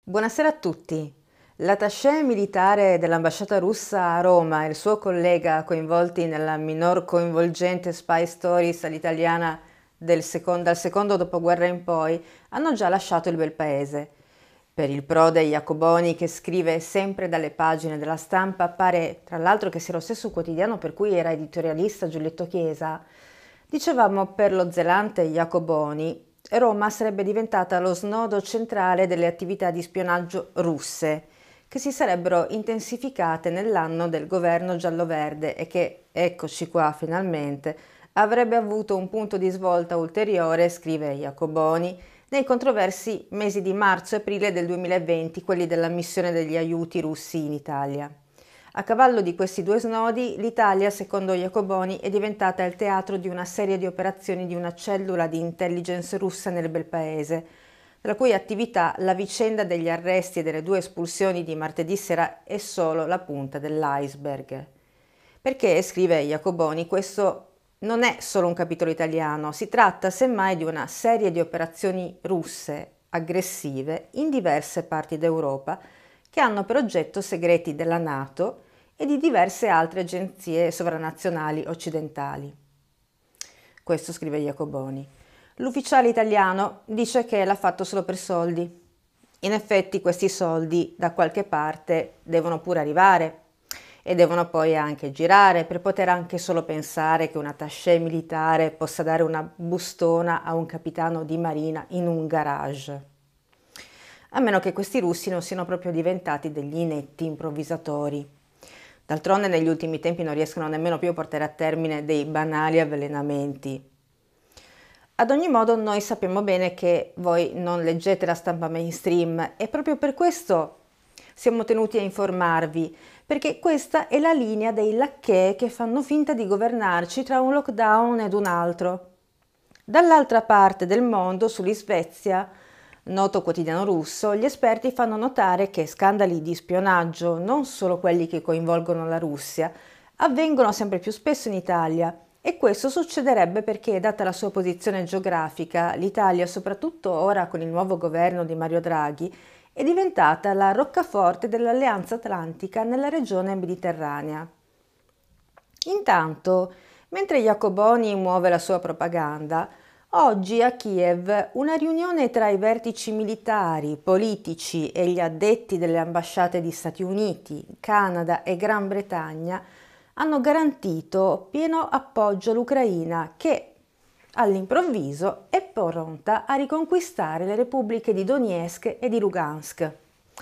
Buonasera a tutti. L'attaché militare dell'ambasciata russa a Roma e il suo collega coinvolti nella minor coinvolgente spy stories all'italiana dal secondo dopoguerra in poi hanno già lasciato il bel paese. Per il prode Jacoboni, che scrive sempre dalle pagine della Stampa, pare tra l'altro che sia lo stesso quotidiano per cui era editorialista Giulietto Chiesa, dicevamo per lo zelante Jacoboni, Roma sarebbe diventata lo snodo centrale delle attività di spionaggio russe, che si sarebbero intensificate nell'anno del governo giallo-verde e che, eccoci qua finalmente, avrebbe avuto un punto di svolta ulteriore, scrive Jacoboni, nei controversi mesi di marzo e aprile del 2020, quelli della missione degli aiuti russi in Italia. A cavallo di questi due snodi, l'Italia, secondo Jacoboni, è diventata il teatro di una serie di operazioni di una cellula di intelligence russa nel bel paese, della cui attività la vicenda degli arresti e delle due espulsioni di martedì sera è solo la punta dell'iceberg. Perché, scrive Jacoboni, questo non è solo un capitolo italiano, si tratta semmai di una serie di operazioni russe aggressive in diverse parti d'Europa che hanno per oggetto segreti della NATO e di diverse altre agenzie sovranazionali occidentali. Questo scrive Jacoboni. L'ufficiale italiano dice che l'ha fatto solo per soldi. In effetti questi soldi da qualche parte devono pure arrivare e devono poi anche girare per poter anche solo pensare che un attaché militare possa dare una bustona a un capitano di marina in un garage. A meno che questi russi non siano proprio diventati degli inetti improvvisatori. D'altronde negli ultimi tempi non riescono nemmeno più a portare a termine dei banali avvelenamenti. Ad ogni modo noi sappiamo bene che voi non leggete la stampa mainstream e proprio per questo siamo tenuti a informarvi, perché questa è la linea dei lacchè che fanno finta di governarci tra un lockdown ed un altro. Dall'altra parte del mondo, sull'Isvezia, noto quotidiano russo, gli esperti fanno notare che scandali di spionaggio, non solo quelli che coinvolgono la Russia, avvengono sempre più spesso in Italia e questo succederebbe perché, data la sua posizione geografica, l'Italia, soprattutto ora con il nuovo governo di Mario Draghi, è diventata la roccaforte dell'Alleanza Atlantica nella regione mediterranea. Intanto, mentre Jacoboni muove la sua propaganda, oggi a Kiev una riunione tra i vertici militari, politici e gli addetti delle ambasciate di Stati Uniti, Canada e Gran Bretagna hanno garantito pieno appoggio all'Ucraina che, all'improvviso, è pronta a riconquistare le repubbliche di Donetsk e di Lugansk.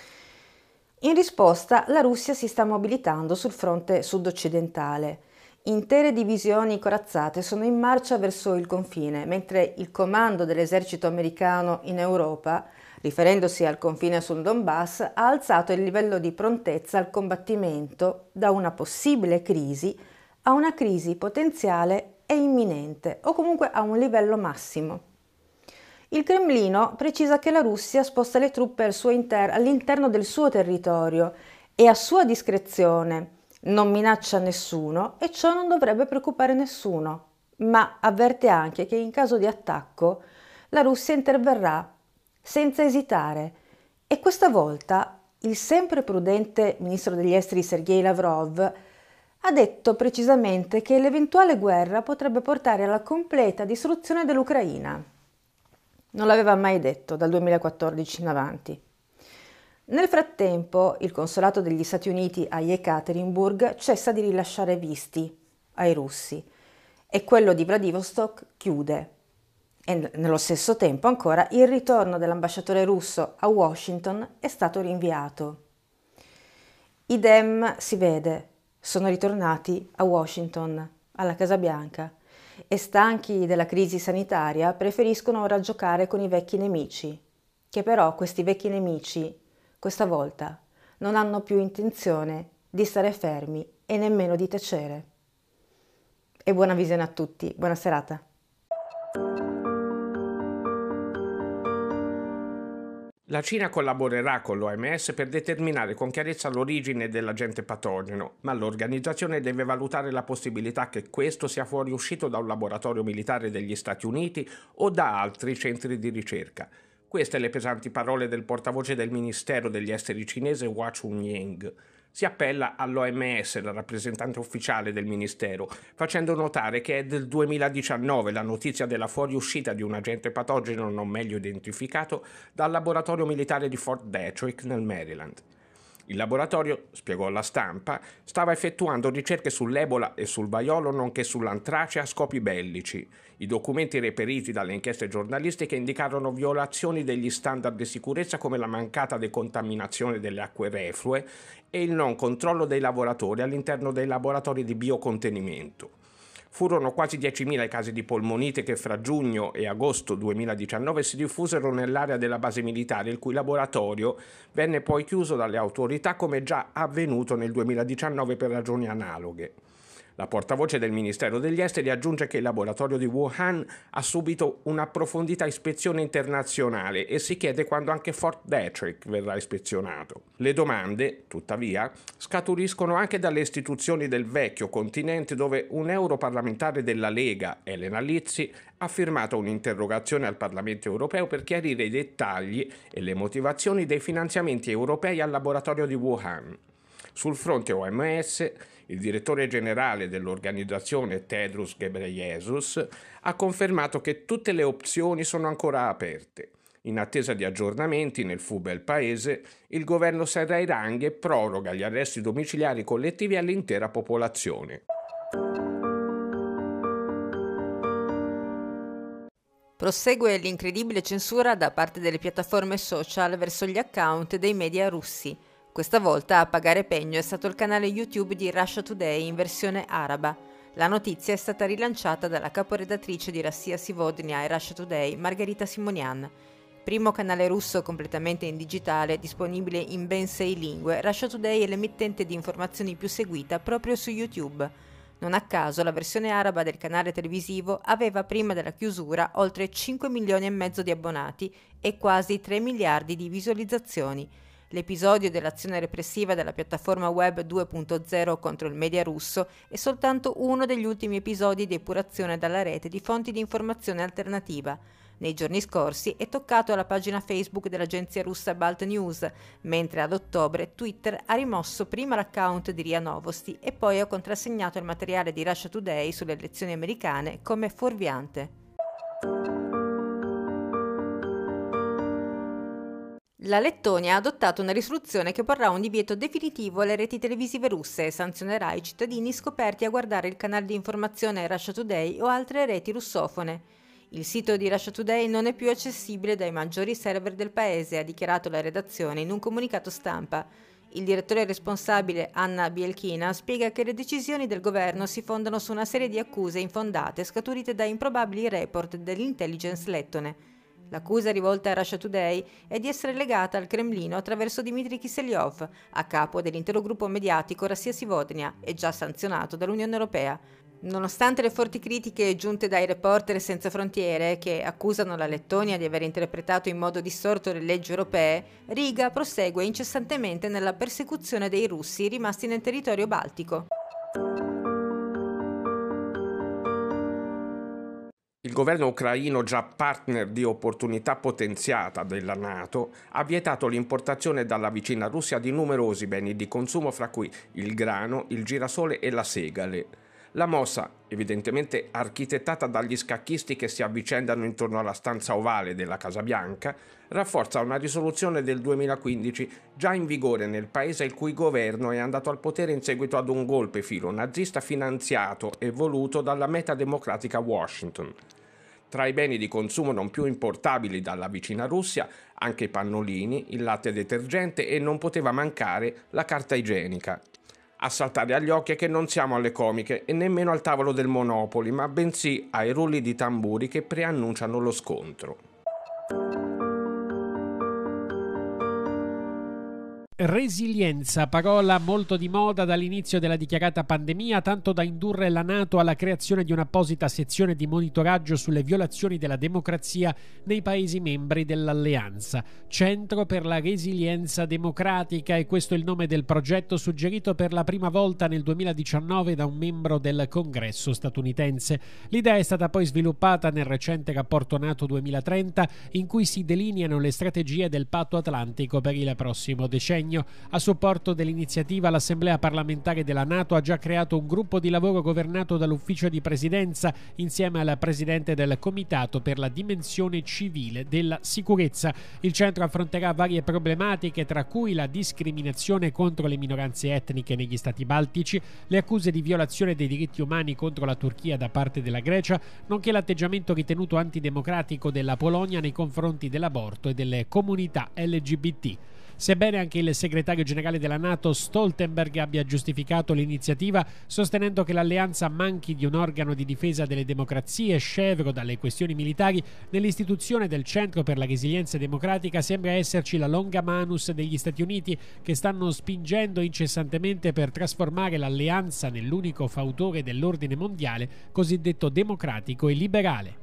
In risposta, la Russia si sta mobilitando sul fronte sud-occidentale. Intere divisioni corazzate sono in marcia verso il confine, mentre il comando dell'esercito americano in Europa, riferendosi al confine sul Donbass, ha alzato il livello di prontezza al combattimento da una possibile crisi a una crisi potenziale e imminente, o comunque a un livello massimo. Il Cremlino precisa che la Russia sposta le truppe all'interno del suo territorio e a sua discrezione, non minaccia nessuno e ciò non dovrebbe preoccupare nessuno, ma avverte anche che in caso di attacco la Russia interverrà senza esitare e questa volta il sempre prudente ministro degli esteri Sergei Lavrov ha detto precisamente che l'eventuale guerra potrebbe portare alla completa distruzione dell'Ucraina. Non l'aveva mai detto dal 2014 in avanti. Nel frattempo, il consolato degli Stati Uniti a Yekaterinburg cessa di rilasciare visti ai russi e quello di Vladivostok chiude. E nello stesso tempo ancora il ritorno dell'ambasciatore russo a Washington è stato rinviato. I Dem, si vede, sono ritornati a Washington, alla Casa Bianca, e stanchi della crisi sanitaria preferiscono ora giocare con i vecchi nemici, che però questi vecchi nemici questa volta non hanno più intenzione di stare fermi e nemmeno di tacere. E buona visione a tutti, buona serata. La Cina collaborerà con l'OMS per determinare con chiarezza l'origine dell'agente patogeno, ma l'organizzazione deve valutare la possibilità che questo sia fuoriuscito da un laboratorio militare degli Stati Uniti o da altri centri di ricerca. Queste le pesanti parole del portavoce del Ministero degli Esteri cinese Hua Chunying. Si appella all'OMS, la rappresentante ufficiale del Ministero, facendo notare che è del 2019 la notizia della fuoriuscita di un agente patogeno non meglio identificato dal laboratorio militare di Fort Detrick nel Maryland. Il laboratorio, spiegò alla stampa, stava effettuando ricerche sull'Ebola e sul vaiolo nonché sull'antrace a scopi bellici. I documenti reperiti dalle inchieste giornalistiche indicarono violazioni degli standard di sicurezza come la mancata decontaminazione delle acque reflue e il non controllo dei lavoratori all'interno dei laboratori di biocontenimento. Furono quasi 10.000 i casi di polmonite che fra giugno e agosto 2019 si diffusero nell'area della base militare, il cui laboratorio venne poi chiuso dalle autorità come già avvenuto nel 2019 per ragioni analoghe. La portavoce del Ministero degli Esteri aggiunge che il laboratorio di Wuhan ha subito un'approfondita ispezione internazionale e si chiede quando anche Fort Detrick verrà ispezionato. Le domande, tuttavia, scaturiscono anche dalle istituzioni del vecchio continente, dove un europarlamentare della Lega, Elena Lizzi, ha firmato un'interrogazione al Parlamento europeo per chiarire i dettagli e le motivazioni dei finanziamenti europei al laboratorio di Wuhan. Sul fronte OMS, il direttore generale dell'organizzazione Tedros Ghebreyesus ha confermato che tutte le opzioni sono ancora aperte. In attesa di aggiornamenti nel fu bel paese, il governo serra i ranghi e proroga gli arresti domiciliari collettivi all'intera popolazione. Prosegue l'incredibile censura da parte delle piattaforme social verso gli account dei media russi. Questa volta a pagare pegno è stato il canale YouTube di Russia Today in versione araba. La notizia è stata rilanciata dalla caporedattrice di Rassia Sivodnia e Russia Today, Margherita Simonian. Primo canale russo completamente in digitale, disponibile in ben 6 lingue, Russia Today è l'emittente di informazioni più seguita proprio su YouTube. Non a caso la versione araba del canale televisivo aveva prima della chiusura oltre 5 milioni e mezzo di abbonati e quasi 3 miliardi di visualizzazioni. L'episodio dell'azione repressiva della piattaforma web 2.0 contro il media russo è soltanto uno degli ultimi episodi di epurazione dalla rete di fonti di informazione alternativa. Nei giorni scorsi è toccato alla pagina Facebook dell'agenzia russa Balt News, mentre ad ottobre Twitter ha rimosso prima l'account di RIA Novosti e poi ha contrassegnato il materiale di Russia Today sulle elezioni americane come fuorviante. La Lettonia ha adottato una risoluzione che porrà un divieto definitivo alle reti televisive russe e sanzionerà i cittadini scoperti a guardare il canale di informazione Russia Today o altre reti russofone. Il sito di Russia Today non è più accessibile dai maggiori server del paese, ha dichiarato la redazione in un comunicato stampa. Il direttore responsabile, Anna Bielkina, spiega che le decisioni del governo si fondano su una serie di accuse infondate scaturite da improbabili report dell'intelligence lettone. L'accusa rivolta a Russia Today è di essere legata al Cremlino attraverso Dmitry Kiselyov, a capo dell'intero gruppo mediatico Rassia Sivodnia, e già sanzionato dall'Unione Europea. Nonostante le forti critiche giunte dai Reporter Senza Frontiere, che accusano la Lettonia di aver interpretato in modo distorto le leggi europee, Riga prosegue incessantemente nella persecuzione dei russi rimasti nel territorio baltico. Il governo ucraino, già partner di opportunità potenziata della NATO, ha vietato l'importazione dalla vicina Russia di numerosi beni di consumo, fra cui il grano, il girasole e la segale. La mossa, evidentemente architettata dagli scacchisti che si avvicendano intorno alla stanza ovale della Casa Bianca, rafforza una risoluzione del 2015 già in vigore nel paese il cui governo è andato al potere in seguito ad un golpe filo nazista finanziato e voluto dalla meta democratica Washington. Tra i beni di consumo non più importabili dalla vicina Russia, anche i pannolini, il latte detergente e non poteva mancare la carta igienica. A saltare agli occhi è che non siamo alle comiche e nemmeno al tavolo del Monopoli, ma bensì ai rulli di tamburi che preannunciano lo scontro. Resilienza, parola molto di moda dall'inizio della dichiarata pandemia, tanto da indurre la NATO alla creazione di un'apposita sezione di monitoraggio sulle violazioni della democrazia nei Paesi membri dell'Alleanza. Centro per la Resilienza Democratica, e questo è il nome del progetto suggerito per la prima volta nel 2019 da un membro del Congresso statunitense. L'idea è stata poi sviluppata nel recente rapporto NATO 2030, in cui si delineano le strategie del Patto Atlantico per il prossimo decennio. A supporto dell'iniziativa, l'Assemblea parlamentare della NATO ha già creato un gruppo di lavoro governato dall'ufficio di presidenza insieme al presidente del Comitato per la dimensione civile della sicurezza. Il centro affronterà varie problematiche, tra cui la discriminazione contro le minoranze etniche negli stati baltici, le accuse di violazione dei diritti umani contro la Turchia da parte della Grecia, nonché l'atteggiamento ritenuto antidemocratico della Polonia nei confronti dell'aborto e delle comunità LGBT. Sebbene anche il segretario generale della NATO Stoltenberg abbia giustificato l'iniziativa sostenendo che l'alleanza manchi di un organo di difesa delle democrazie scevro dalle questioni militari, nell'istituzione del Centro per la Resilienza Democratica sembra esserci la longa manus degli Stati Uniti, che stanno spingendo incessantemente per trasformare l'alleanza nell'unico fautore dell'ordine mondiale cosiddetto democratico e liberale.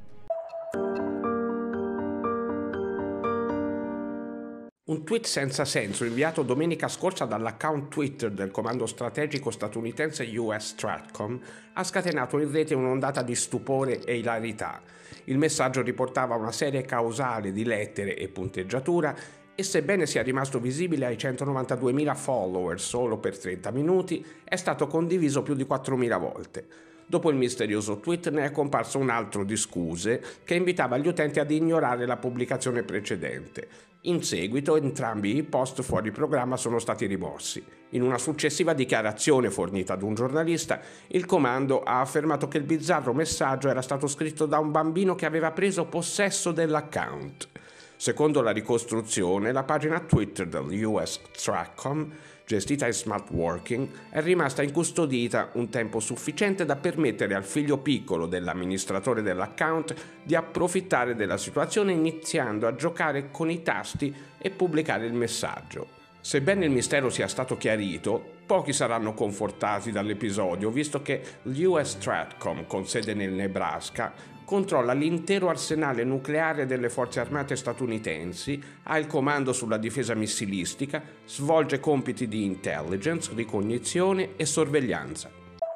Un tweet senza senso inviato domenica scorsa dall'account Twitter del comando strategico statunitense US Stratcom ha scatenato in rete un'ondata di stupore e ilarità. Il messaggio riportava una serie causale di lettere e punteggiatura e, sebbene sia rimasto visibile ai 192.000 follower solo per 30 minuti, è stato condiviso più di 4.000 volte. Dopo il misterioso tweet ne è comparso un altro di scuse che invitava gli utenti ad ignorare la pubblicazione precedente. In seguito entrambi i post fuori programma sono stati rimossi. In una successiva dichiarazione fornita ad un giornalista, il comando ha affermato che il bizzarro messaggio era stato scritto da un bambino che aveva preso possesso dell'account. Secondo la ricostruzione, la pagina Twitter del US Stratcom, gestita in smart working, è rimasta incustodita un tempo sufficiente da permettere al figlio piccolo dell'amministratore dell'account di approfittare della situazione, iniziando a giocare con i tasti e pubblicare il messaggio. Sebbene il mistero sia stato chiarito, pochi saranno confortati dall'episodio, visto che l'US Stratcom, con sede nel Nebraska, controlla l'intero arsenale nucleare delle forze armate statunitensi, ha il comando sulla difesa missilistica, svolge compiti di intelligence, ricognizione e sorveglianza.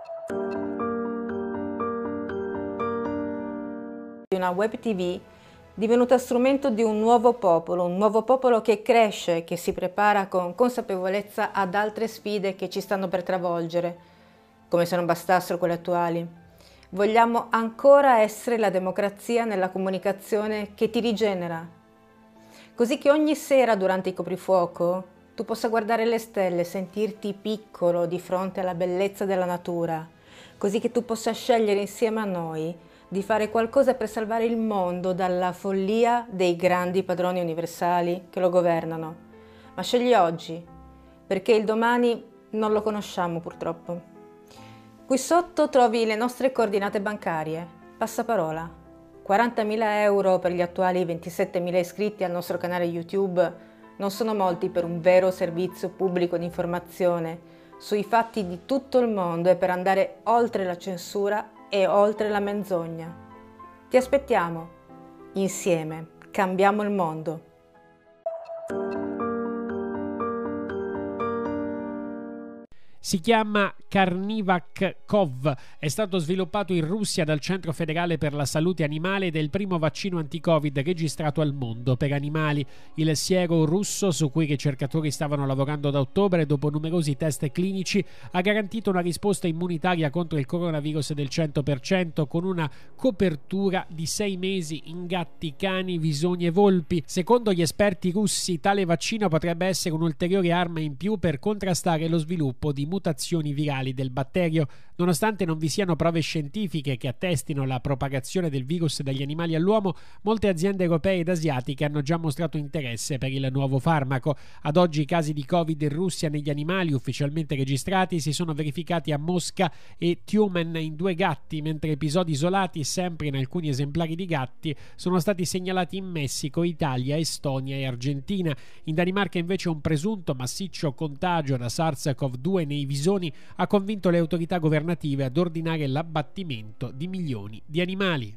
Una web TV divenuta strumento di un nuovo popolo che cresce, che si prepara con consapevolezza ad altre sfide che ci stanno per travolgere, come se non bastassero quelle attuali. Vogliamo ancora essere la democrazia nella comunicazione che ti rigenera, così che ogni sera durante il coprifuoco tu possa guardare le stelle e sentirti piccolo di fronte alla bellezza della natura, così che tu possa scegliere insieme a noi di fare qualcosa per salvare il mondo dalla follia dei grandi padroni universali che lo governano. Ma scegli oggi, perché il domani non lo conosciamo purtroppo. Qui sotto trovi le nostre coordinate bancarie. Passaparola. 40.000 euro per gli attuali 27.000 iscritti al nostro canale YouTube non sono molti per un vero servizio pubblico di informazione sui fatti di tutto il mondo e per andare oltre la censura e oltre la menzogna. Ti aspettiamo. Insieme cambiamo il mondo. Si chiama Carnivac Cov, è stato sviluppato in Russia dal Centro Federale per la Salute Animale ed è il primo vaccino anti-Covid registrato al mondo per animali. Il siero russo, su cui i ricercatori stavano lavorando da ottobre dopo numerosi test clinici, ha garantito una risposta immunitaria contro il coronavirus del 100%, con una copertura di 6 mesi in gatti, cani, visoni e volpi. Secondo gli esperti russi, tale vaccino potrebbe essere un'ulteriore arma in più per contrastare lo sviluppo di mutazioni virali del batterio. Nonostante non vi siano prove scientifiche che attestino la propagazione del virus dagli animali all'uomo, molte aziende europee ed asiatiche hanno già mostrato interesse per il nuovo farmaco. Ad oggi i casi di Covid in Russia negli animali ufficialmente registrati si sono verificati a Mosca e Tiumen in 2 gatti, mentre episodi isolati, sempre in alcuni esemplari di gatti, sono stati segnalati in Messico, Italia, Estonia e Argentina. In Danimarca invece un presunto massiccio contagio da SARS-CoV-2 nei visoni ha convinto le autorità governative ad ordinare l'abbattimento di milioni di animali.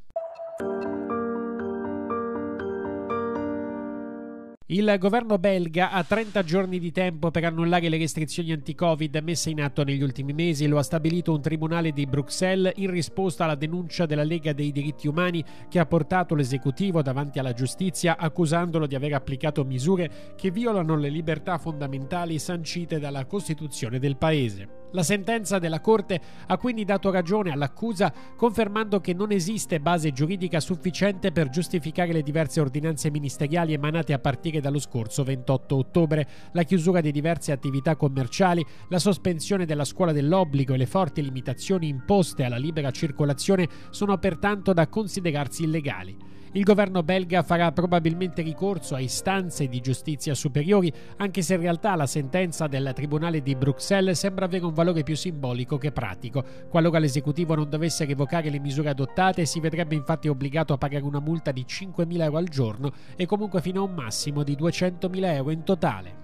Il governo belga ha 30 giorni di tempo per annullare le restrizioni anti-Covid messe in atto negli ultimi mesi. Lo ha stabilito un tribunale di Bruxelles in risposta alla denuncia della Lega dei diritti umani, che ha portato l'esecutivo davanti alla giustizia accusandolo di aver applicato misure che violano le libertà fondamentali sancite dalla Costituzione del paese. La sentenza della Corte ha quindi dato ragione all'accusa, confermando che non esiste base giuridica sufficiente per giustificare le diverse ordinanze ministeriali emanate a partire dallo scorso 28 ottobre, la chiusura di diverse attività commerciali, la sospensione della scuola dell'obbligo e le forti limitazioni imposte alla libera circolazione sono pertanto da considerarsi illegali. Il governo belga farà probabilmente ricorso a istanze di giustizia superiori, anche se in realtà la sentenza del Tribunale di Bruxelles sembra avere un valore più simbolico che pratico. Qualora l'esecutivo non dovesse revocare le misure adottate, si vedrebbe infatti obbligato a pagare una multa di 5.000 euro al giorno e comunque fino a un massimo di 200.000 euro in totale.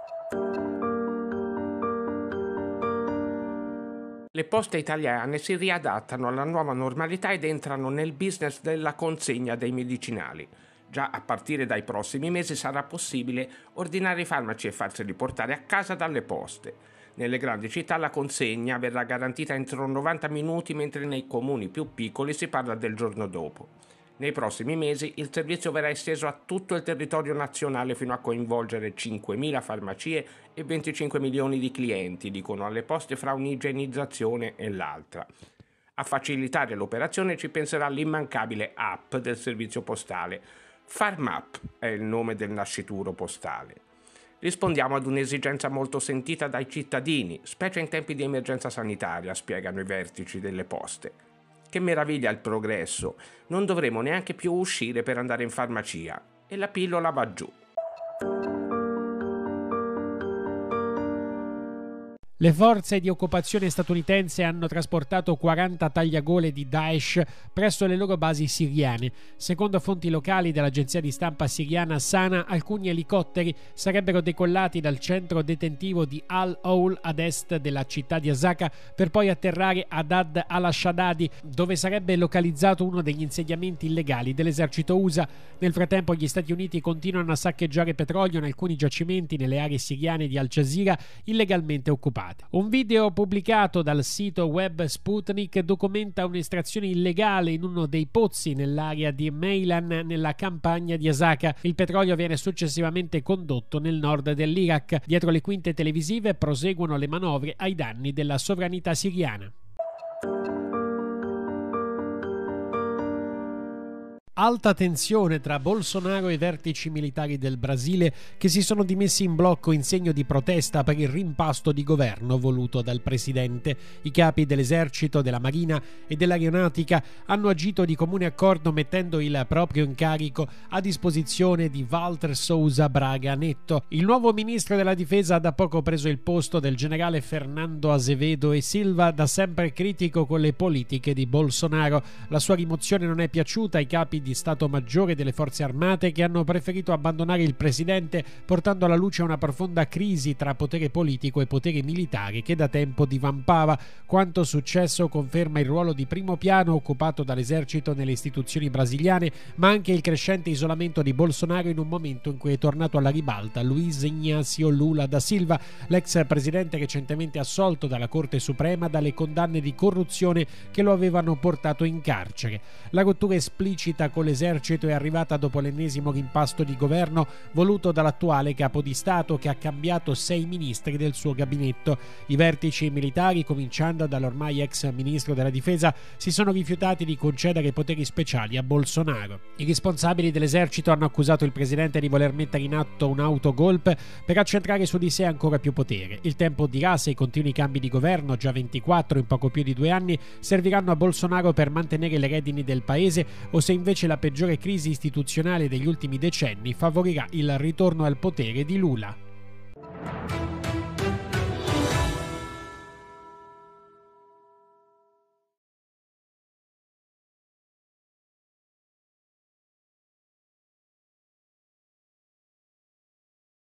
Le poste italiane si riadattano alla nuova normalità ed entrano nel business della consegna dei medicinali. Già a partire dai prossimi mesi sarà possibile ordinare i farmaci e farseli portare a casa dalle poste. Nelle grandi città la consegna verrà garantita entro 90 minuti, mentre nei comuni più piccoli si parla del giorno dopo. Nei prossimi mesi il servizio verrà esteso a tutto il territorio nazionale fino a coinvolgere 5.000 farmacie e 25 milioni di clienti, dicono alle poste, fra un'igienizzazione e l'altra. A facilitare l'operazione ci penserà l'immancabile app del servizio postale. FarmApp è il nome del nascituro postale. Rispondiamo ad un'esigenza molto sentita dai cittadini, specie in tempi di emergenza sanitaria, spiegano i vertici delle poste. Che meraviglia il progresso, non dovremo neanche più uscire per andare in farmacia e la pillola va giù. Le forze di occupazione statunitense hanno trasportato 40 tagliagole di Daesh presso le loro basi siriane. Secondo fonti locali dell'agenzia di stampa siriana Sana, alcuni elicotteri sarebbero decollati dal centro detentivo di Al-Houl ad est della città di Asaka per poi atterrare ad Ad al-Shaddadi, dove sarebbe localizzato uno degli insediamenti illegali dell'esercito USA. Nel frattempo gli Stati Uniti continuano a saccheggiare petrolio in alcuni giacimenti nelle aree siriane di Al Jazeera illegalmente occupate. Un video pubblicato dal sito web Sputnik documenta un'estrazione illegale in uno dei pozzi nell'area di Meilan, nella campagna di Asaka. Il petrolio viene successivamente condotto nel nord dell'Iraq. Dietro le quinte televisive proseguono le manovre ai danni della sovranità siriana. Alta tensione tra Bolsonaro e i vertici militari del Brasile, che si sono dimessi in blocco in segno di protesta per il rimpasto di governo voluto dal presidente. I capi dell'esercito, della marina e dell'aeronautica hanno agito di comune accordo mettendo il proprio incarico a disposizione di Walter Souza Braga Neto. Il nuovo ministro della difesa ha da poco preso il posto del generale Fernando Azevedo e Silva, da sempre critico con le politiche di Bolsonaro. La sua rimozione non è piaciuta ai capi di Stato Maggiore delle Forze Armate, che hanno preferito abbandonare il presidente, portando alla luce una profonda crisi tra potere politico e potere militare che da tempo divampava. Quanto successo conferma il ruolo di primo piano occupato dall'esercito nelle istituzioni brasiliane, ma anche il crescente isolamento di Bolsonaro in un momento in cui è tornato alla ribalta Luiz Inácio Lula da Silva, l'ex presidente recentemente assolto dalla Corte Suprema dalle condanne di corruzione che lo avevano portato in carcere. La rottura esplicita con l'esercito è arrivata dopo l'ennesimo rimpasto di governo voluto dall'attuale capo di Stato, che ha cambiato 6 ministri del suo gabinetto. I vertici militari, cominciando dall'ormai ex ministro della difesa, si sono rifiutati di concedere poteri speciali a Bolsonaro. I responsabili dell'esercito hanno accusato il presidente di voler mettere in atto un autogolpe per accentrare su di sé ancora più potere. Il tempo dirà se i continui cambi di governo, già 24 in poco più di 2 anni, serviranno a Bolsonaro per mantenere le redini del paese o se invece la peggiore crisi istituzionale degli ultimi decenni favorirà il ritorno al potere di Lula.